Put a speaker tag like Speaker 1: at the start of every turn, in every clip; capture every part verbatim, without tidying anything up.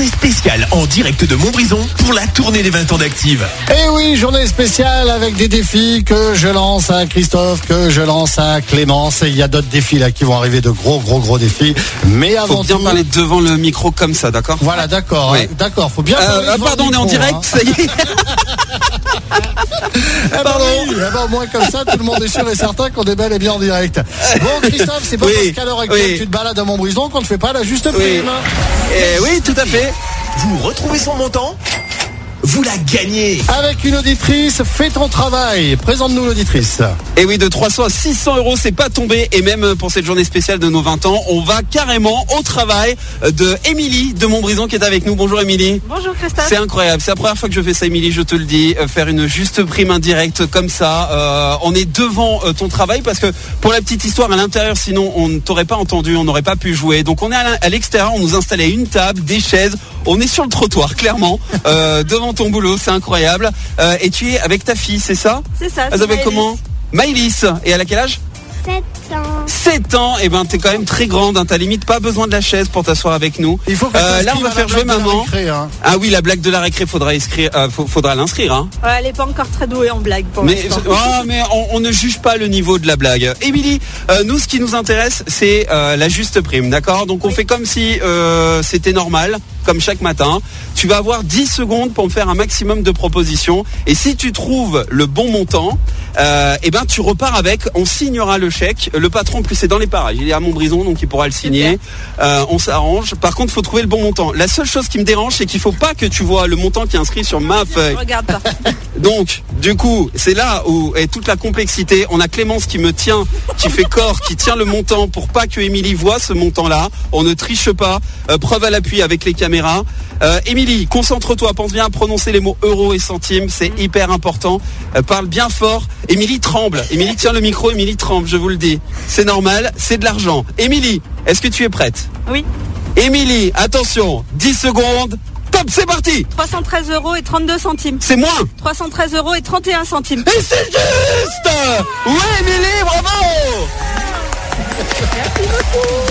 Speaker 1: journée spéciale en direct de Montbrison pour la tournée des vingt ans d'Active.
Speaker 2: Et oui, journée spéciale avec des défis que je lance à Christophe, que je lance à Clémence. Il y a d'autres défis là qui vont arriver, de gros, gros, gros défis. Mais avant
Speaker 3: faut bien
Speaker 2: tout...
Speaker 3: parler devant le micro comme ça, d'accord ?
Speaker 2: Voilà, d'accord,
Speaker 3: Oui.
Speaker 2: hein, d'accord. Faut bien
Speaker 3: Euh,
Speaker 2: parler
Speaker 3: ah,
Speaker 2: devant
Speaker 3: pardon,
Speaker 2: le
Speaker 3: on est en
Speaker 2: micro,
Speaker 3: direct,
Speaker 2: hein.
Speaker 3: ça y est.
Speaker 2: Eh ben
Speaker 3: Pardon.
Speaker 2: oui, eh ben au moins comme ça, tout le monde est sûr et certain qu'on est bel et bien en direct. Bon, Christophe, c'est pas
Speaker 3: Oui,
Speaker 2: parce qu'à l'heure actuelle
Speaker 3: oui.
Speaker 2: tu te balades à Montbrison qu'on ne fait pas la juste
Speaker 3: Oui.
Speaker 2: prime.
Speaker 3: Eh oui, tout à fait.
Speaker 1: Vous retrouvez son montant ? Vous la gagnez.
Speaker 2: Avec une auditrice, fais ton travail. Présente-nous l'auditrice.
Speaker 3: Et oui, de trois cents à six cents euros, c'est pas tombé. Et même pour cette journée spéciale de nos vingt ans, on va carrément au travail de Émilie de Montbrison qui est avec nous. Bonjour Émilie.
Speaker 4: Bonjour Christophe.
Speaker 3: C'est incroyable, c'est la première fois que je fais ça Émilie, je te le dis, euh, faire une juste prime indirecte comme ça, euh, on est devant euh, ton travail parce que pour la petite histoire à l'intérieur sinon on ne t'aurait pas entendu, on n'aurait pas pu jouer, donc on est à l'extérieur, on nous installait une table, des chaises, on est sur le trottoir clairement, euh, devant ton boulot, c'est incroyable, euh, et tu es avec ta fille, c'est ça ?
Speaker 4: C'est ça.
Speaker 3: Elle s'appelle comment ? Maëlys, et elle a quel âge ?
Speaker 5: sept ans.
Speaker 3: sept ans, et ben t'es quand même très grande, hein, t'as limite pas besoin de la chaise pour t'asseoir avec nous.
Speaker 2: Il faut que
Speaker 3: Euh, là on va faire jouer maman.
Speaker 2: Récré, hein.
Speaker 3: Ah oui, la blague de la récré, faudra inscrire, euh, faut- faudra l'inscrire. Hein.
Speaker 4: Ouais, elle est pas encore très douée en blague pour
Speaker 3: Mais,
Speaker 4: l'instant.
Speaker 3: ah, mais on, on ne juge pas le niveau de la blague. Émilie, euh, nous ce qui nous intéresse, c'est euh, la juste prime, d'accord ? Donc on fait comme si euh, c'était normal, comme chaque matin. Tu vas avoir dix secondes pour me faire un maximum de propositions. Et si tu trouves le bon montant, euh, eh ben tu repars avec. On signera le chèque. Le patron, en plus, c'est dans les parages. Il est à Montbrison, donc il pourra le signer. Euh, on s'arrange. Par contre, il faut trouver le bon montant. La seule chose qui me dérange, c'est qu'il faut pas que tu vois le montant qui est inscrit sur ma feuille.
Speaker 4: Regarde pas.
Speaker 3: Donc, du coup, c'est là où est toute la complexité. On a Clémence qui me tient, qui fait corps, qui tient le montant pour pas que Émilie voit ce montant-là. On ne triche pas. Euh, preuve à l'appui avec les caméras. Euh, Émilie, concentre-toi, pense bien à prononcer les mots euros et centimes, c'est mmh. hyper important. Euh, parle bien fort. Émilie tremble. Émilie tient le micro, Émilie tremble, je vous le dis. C'est normal, c'est de l'argent. Émilie, est-ce que tu es prête ?
Speaker 4: Oui.
Speaker 3: Émilie, attention, dix secondes. Top, c'est parti.
Speaker 4: trois cent treize euros et trente-deux centimes.
Speaker 3: C'est moins.
Speaker 4: trois cent treize euros et trente et un centimes.
Speaker 3: Et c'est juste. Oui, Émilie, bravo.
Speaker 4: Merci beaucoup.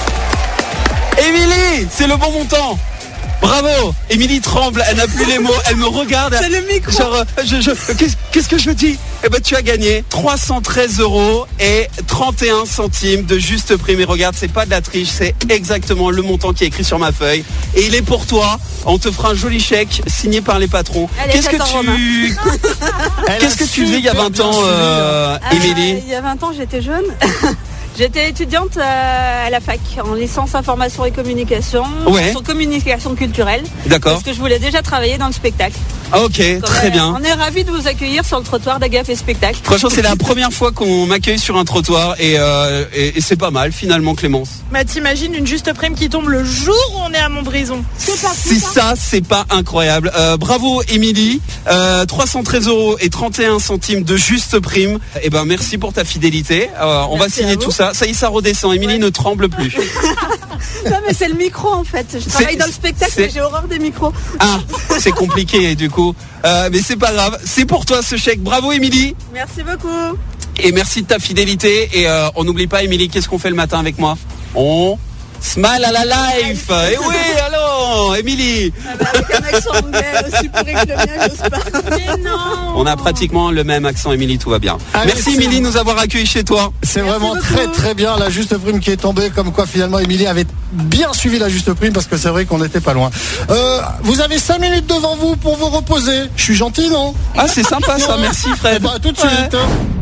Speaker 3: Émilie, c'est le bon montant. Bravo. Émilie tremble, elle n'a plus les mots, elle me regarde.
Speaker 4: C'est le micro.
Speaker 3: Genre, je, je, qu'est-ce, qu'est-ce que je dis ? Eh ben, tu as gagné trois cent treize euros et trente et un centimes de juste prime. Et regarde, c'est pas de la triche, c'est exactement le montant qui est écrit sur ma feuille. Et il est pour toi. On te fera un joli chèque signé par les patrons.
Speaker 4: Allez,
Speaker 3: Qu'est-ce que
Speaker 4: j'attends
Speaker 3: tu, qu'est-ce que tu faisais il y a vingt ans, euh,
Speaker 4: Ah,
Speaker 3: Émilie ?
Speaker 4: il y a vingt ans, j'étais jeune. J'étais étudiante euh, à la fac en licence information et communication,
Speaker 3: Ouais.
Speaker 4: sur communication culturelle.
Speaker 3: D'accord.
Speaker 4: Parce que je voulais déjà travailler dans le spectacle.
Speaker 3: Ah, ok,
Speaker 4: Donc,
Speaker 3: très
Speaker 4: euh,
Speaker 3: bien.
Speaker 4: On est ravis de vous accueillir sur le trottoir d'Agaf et Spectacle.
Speaker 3: Franchement, c'est la première fois qu'on m'accueille sur un trottoir et, euh, et, et c'est pas mal finalement, Clémence.
Speaker 6: Bah t'imagines une juste prime qui tombe le jour où on est à Montbrison.
Speaker 4: C'est pas
Speaker 3: Si ça, c'est pas incroyable. Euh, bravo, Émilie. Euh, trois cent treize euros et trente et un centimes de juste prime. Eh ben, merci pour ta fidélité. Euh, on va
Speaker 4: Merci
Speaker 3: signer
Speaker 4: à vous.
Speaker 3: tout ça. Ça y est, ça redescend. Émilie
Speaker 4: Ouais.
Speaker 3: ne tremble plus.
Speaker 4: Non mais c'est le micro en fait. Je travaille
Speaker 3: C'est-
Speaker 4: dans le spectacle
Speaker 3: c'est-
Speaker 4: mais j'ai horreur des micros.
Speaker 3: Ah, c'est compliqué du coup. Euh, mais c'est pas grave. C'est pour toi ce chèque. Bravo, Émilie.
Speaker 4: Merci beaucoup.
Speaker 3: Et merci de ta fidélité. Et euh, on n'oublie pas, Émilie, qu'est-ce qu'on fait le matin avec moi ? On smile à la life. Et oui, allons, Émilie.
Speaker 4: Ah bah, avec un accent anglais aussi pourri que le mien, j'ose pas. Mais non.
Speaker 3: On a pratiquement le même accent, Émilie, tout va bien.
Speaker 2: Allez,
Speaker 3: Merci,
Speaker 2: c'est
Speaker 3: Émilie,
Speaker 2: bon.
Speaker 3: de nous avoir accueillis chez toi.
Speaker 2: C'est
Speaker 4: Merci
Speaker 2: vraiment
Speaker 4: beaucoup.
Speaker 2: très très bien la juste prime qui est tombée, comme quoi finalement Émilie avait bien suivi la juste prime parce que c'est vrai qu'on n'était pas loin. Euh, vous avez cinq minutes devant vous pour vous reposer. Je suis gentil, non ?
Speaker 3: Ah, c'est sympa ça, merci
Speaker 2: Eh
Speaker 3: Fred.
Speaker 2: ben, à tout de
Speaker 3: Ouais.
Speaker 2: suite.